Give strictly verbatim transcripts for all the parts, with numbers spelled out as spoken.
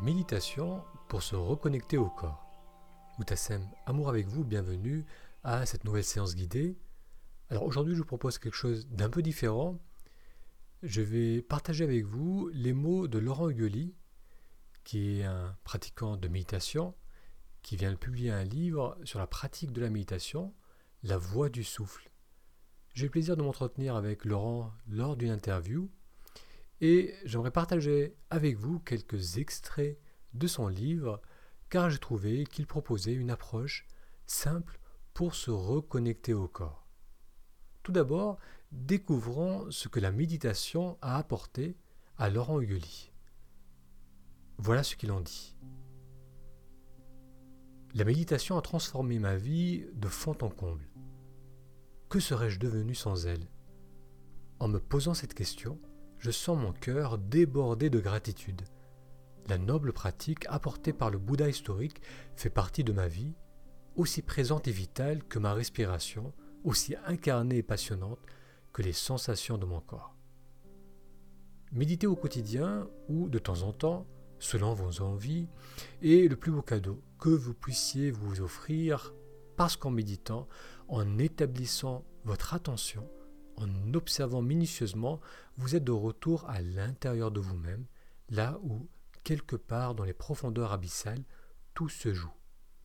Méditation pour se reconnecter au corps. Moutassem, amour avec vous, bienvenue à cette nouvelle séance guidée. Alors aujourd'hui je vous propose quelque chose d'un peu différent. Je vais partager avec vous les mots de Laurent Huguely, qui est un pratiquant de méditation, qui vient de publier un livre sur la pratique de la méditation, La voix du souffle. J'ai eu le plaisir de m'entretenir avec Laurent lors d'une interview et j'aimerais partager avec vous quelques extraits de son livre car j'ai trouvé qu'il proposait une approche simple pour se reconnecter au corps. Tout d'abord, découvrons ce que la méditation a apporté à Laurent Huguely. Voilà ce qu'il en dit. La méditation a transformé ma vie de fond en comble. Que serais-je devenu sans elle ? En me posant cette question, je sens mon cœur déborder de gratitude. La noble pratique apportée par le Bouddha historique fait partie de ma vie, aussi présente et vitale que ma respiration, aussi incarnée et passionnante que les sensations de mon corps. Méditer au quotidien ou de temps en temps, selon vos envies, est le plus beau cadeau que vous puissiez vous offrir parce qu'en méditant, en établissant votre attention, en observant minutieusement, vous êtes de retour à l'intérieur de vous-même, là où, quelque part dans les profondeurs abyssales, tout se joue.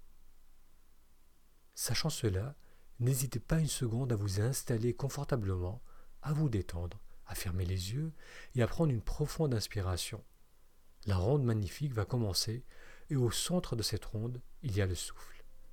Sachant cela, n'hésitez pas une seconde à vous installer confortablement, à vous détendre, à fermer les yeux et à prendre une profonde inspiration. La ronde magnifique va commencer et au centre de cette ronde, il y a le souffle.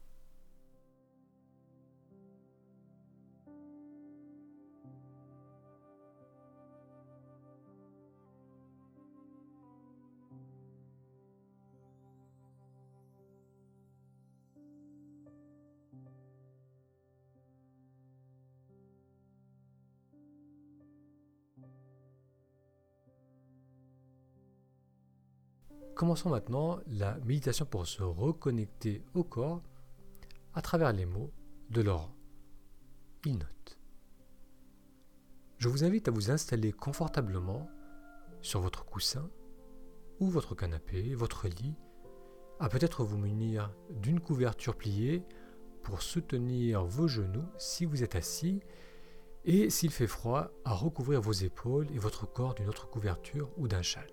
Commençons maintenant la méditation pour se reconnecter au corps à travers les mots de Laurent. Il note. Je vous invite à vous installer confortablement sur votre coussin ou votre canapé, votre lit, à peut-être vous munir d'une couverture pliée pour soutenir vos genoux si vous êtes assis et s'il fait froid, à recouvrir vos épaules et votre corps d'une autre couverture ou d'un châle.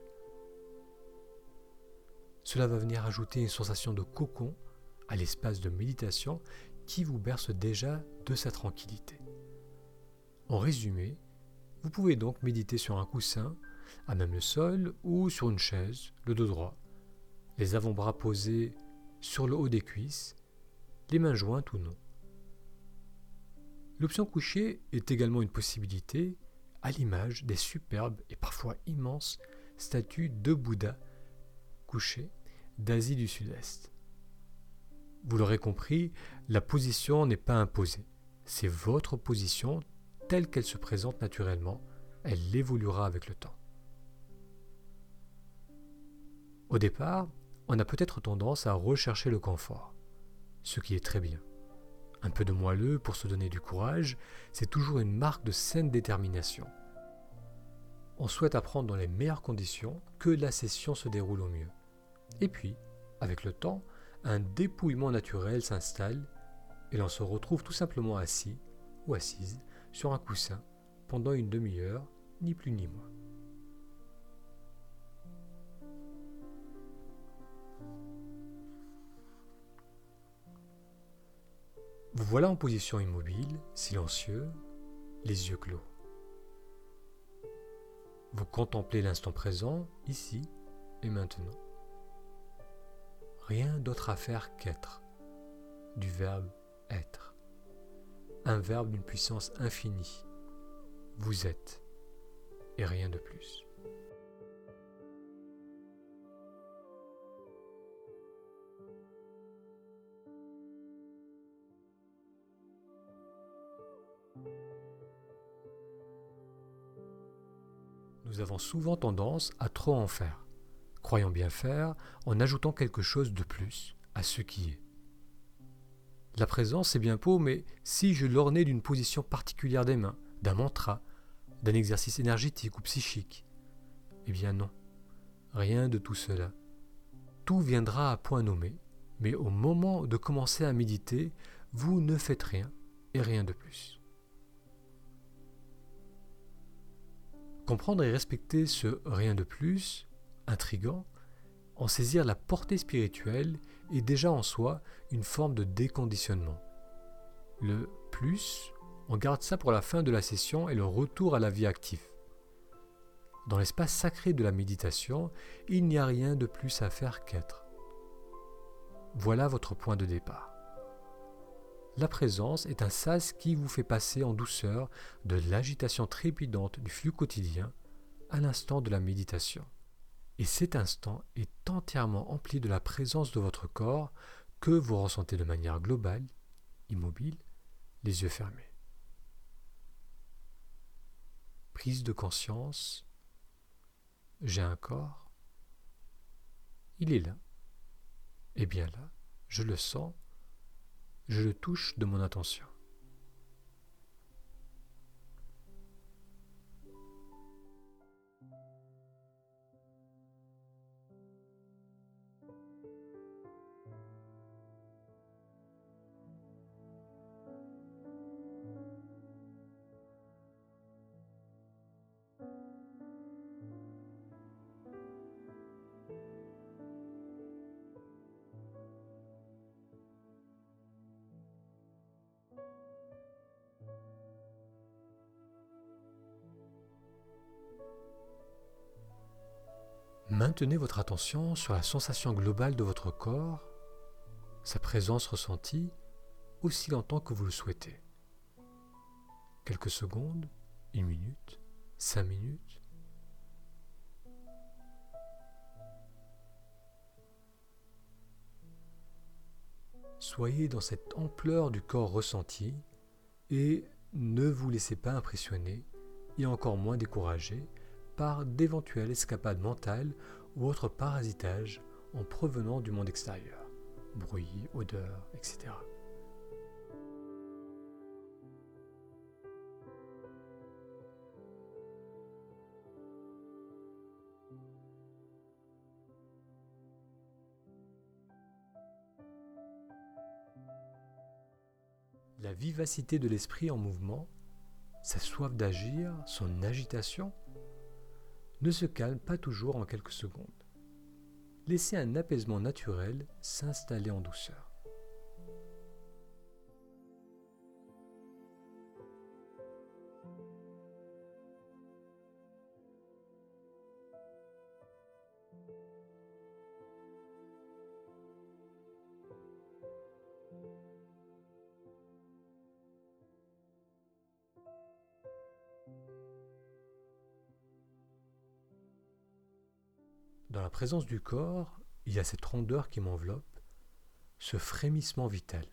Cela va venir ajouter une sensation de cocon à l'espace de méditation qui vous berce déjà de sa tranquillité. En résumé, vous pouvez donc méditer sur un coussin, à même le sol ou sur une chaise, le dos droit, les avant-bras posés sur le haut des cuisses, les mains jointes ou non. L'option couchée est également une possibilité à l'image des superbes et parfois immenses statues de Bouddha couchés d'Asie du Sud-Est. Vous l'aurez compris, la position n'est pas imposée. C'est votre position telle qu'elle se présente naturellement. Elle évoluera avec le temps. Au départ, on a peut-être tendance à rechercher le confort, ce qui est très bien. Un peu de moelleux pour se donner du courage, c'est toujours une marque de saine détermination. On souhaite apprendre dans les meilleures conditions que la session se déroule au mieux. Et puis, avec le temps, un dépouillement naturel s'installe et l'on se retrouve tout simplement assis ou assise sur un coussin pendant une demi-heure, ni plus ni moins. Vous voilà en position immobile, silencieux, les yeux clos. Vous contemplez l'instant présent, ici et maintenant. Rien d'autre à faire qu'être, du verbe être. Un verbe d'une puissance infinie. Vous êtes, et rien de plus. Nous avons souvent tendance à trop en faire, croyant bien faire en ajoutant quelque chose de plus à ce qui est. La présence, c'est bien beau, mais si je l'ornais d'une position particulière des mains, d'un mantra, d'un exercice énergétique ou psychique, eh bien non, rien de tout cela. Tout viendra à point nommé, mais au moment de commencer à méditer, vous ne faites rien et rien de plus. Comprendre et respecter ce rien de plus, intrigant, en saisir la portée spirituelle est déjà en soi une forme de déconditionnement. Le plus, on garde ça pour la fin de la session et le retour à la vie active. Dans l'espace sacré de la méditation, il n'y a rien de plus à faire qu'être. Voilà votre point de départ. La présence est un sas qui vous fait passer en douceur de l'agitation trépidante du flux quotidien à l'instant de la méditation. Et cet instant est entièrement empli de la présence de votre corps que vous ressentez de manière globale, immobile, les yeux fermés. Prise de conscience, j'ai un corps, il est là, et bien là, je le sens, je le touche de mon attention. Maintenez votre attention sur la sensation globale de votre corps, sa présence ressentie, aussi longtemps que vous le souhaitez. Quelques secondes, une minute, cinq minutes. Soyez dans cette ampleur du corps ressenti et ne vous laissez pas impressionner et encore moins décourager par d'éventuelles escapades mentales ou autres parasitages en provenant du monde extérieur, bruit, odeur, et cetera. La vivacité de l'esprit en mouvement, sa soif d'agir, son agitation, ne se calme pas toujours en quelques secondes. Laissez un apaisement naturel s'installer en douceur. Dans la présence du corps, il y a cette rondeur qui m'enveloppe, ce frémissement vital.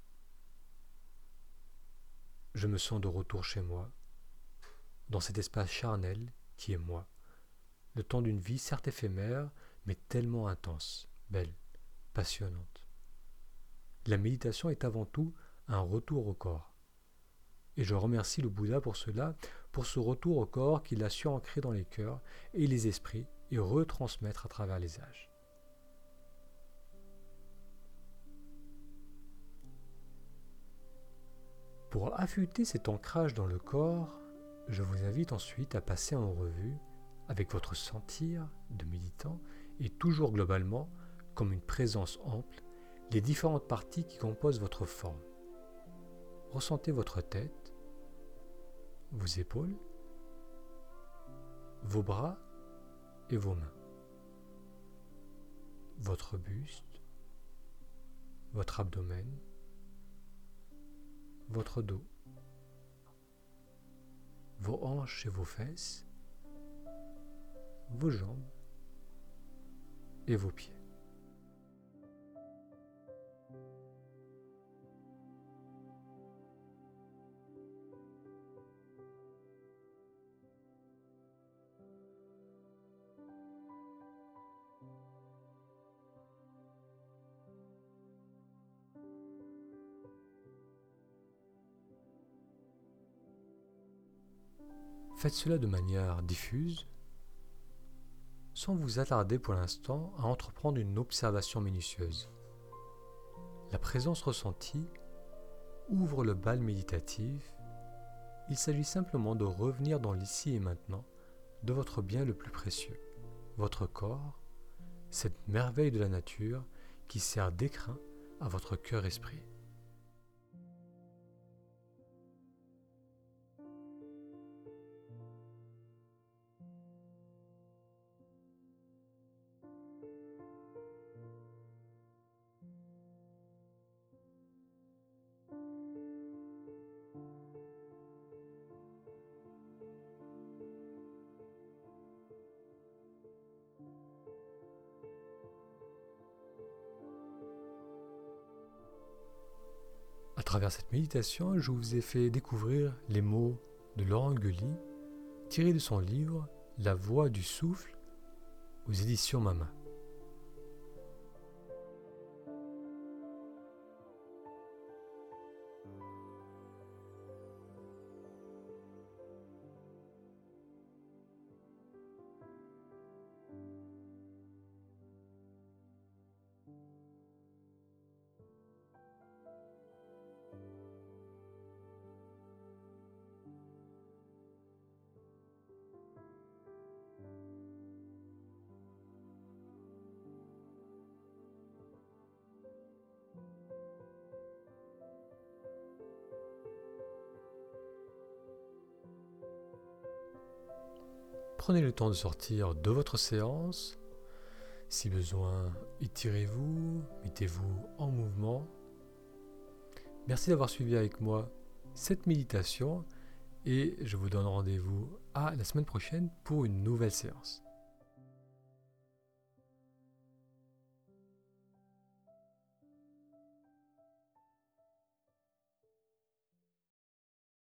Je me sens de retour chez moi, dans cet espace charnel qui est moi, le temps d'une vie certes éphémère, mais tellement intense, belle, passionnante. La méditation est avant tout un retour au corps. Et je remercie le Bouddha pour cela, pour ce retour au corps qu'il a su ancrer dans les cœurs et les esprits et retransmettre à travers les âges. Pour affûter cet ancrage dans le corps, je vous invite ensuite à passer en revue, avec votre sentir de méditant et toujours globalement, comme une présence ample, les différentes parties qui composent votre forme. Ressentez votre tête, vos épaules, vos bras et vos mains, votre buste, votre abdomen, votre dos, vos hanches et vos fesses, vos jambes et vos pieds. Faites cela de manière diffuse, sans vous attarder pour l'instant à entreprendre une observation minutieuse. La présence ressentie ouvre le bal méditatif. Il s'agit simplement de revenir dans l'ici et maintenant de votre bien le plus précieux, votre corps, cette merveille de la nature qui sert d'écrin à votre cœur-esprit. À travers cette méditation, je vous ai fait découvrir les mots de Laurent Guely, tirés de son livre « La voix du souffle » aux éditions Mama. Prenez le temps de sortir de votre séance. Si besoin, étirez-vous, mettez-vous en mouvement. Merci d'avoir suivi avec moi cette méditation et je vous donne rendez-vous à la semaine prochaine pour une nouvelle séance.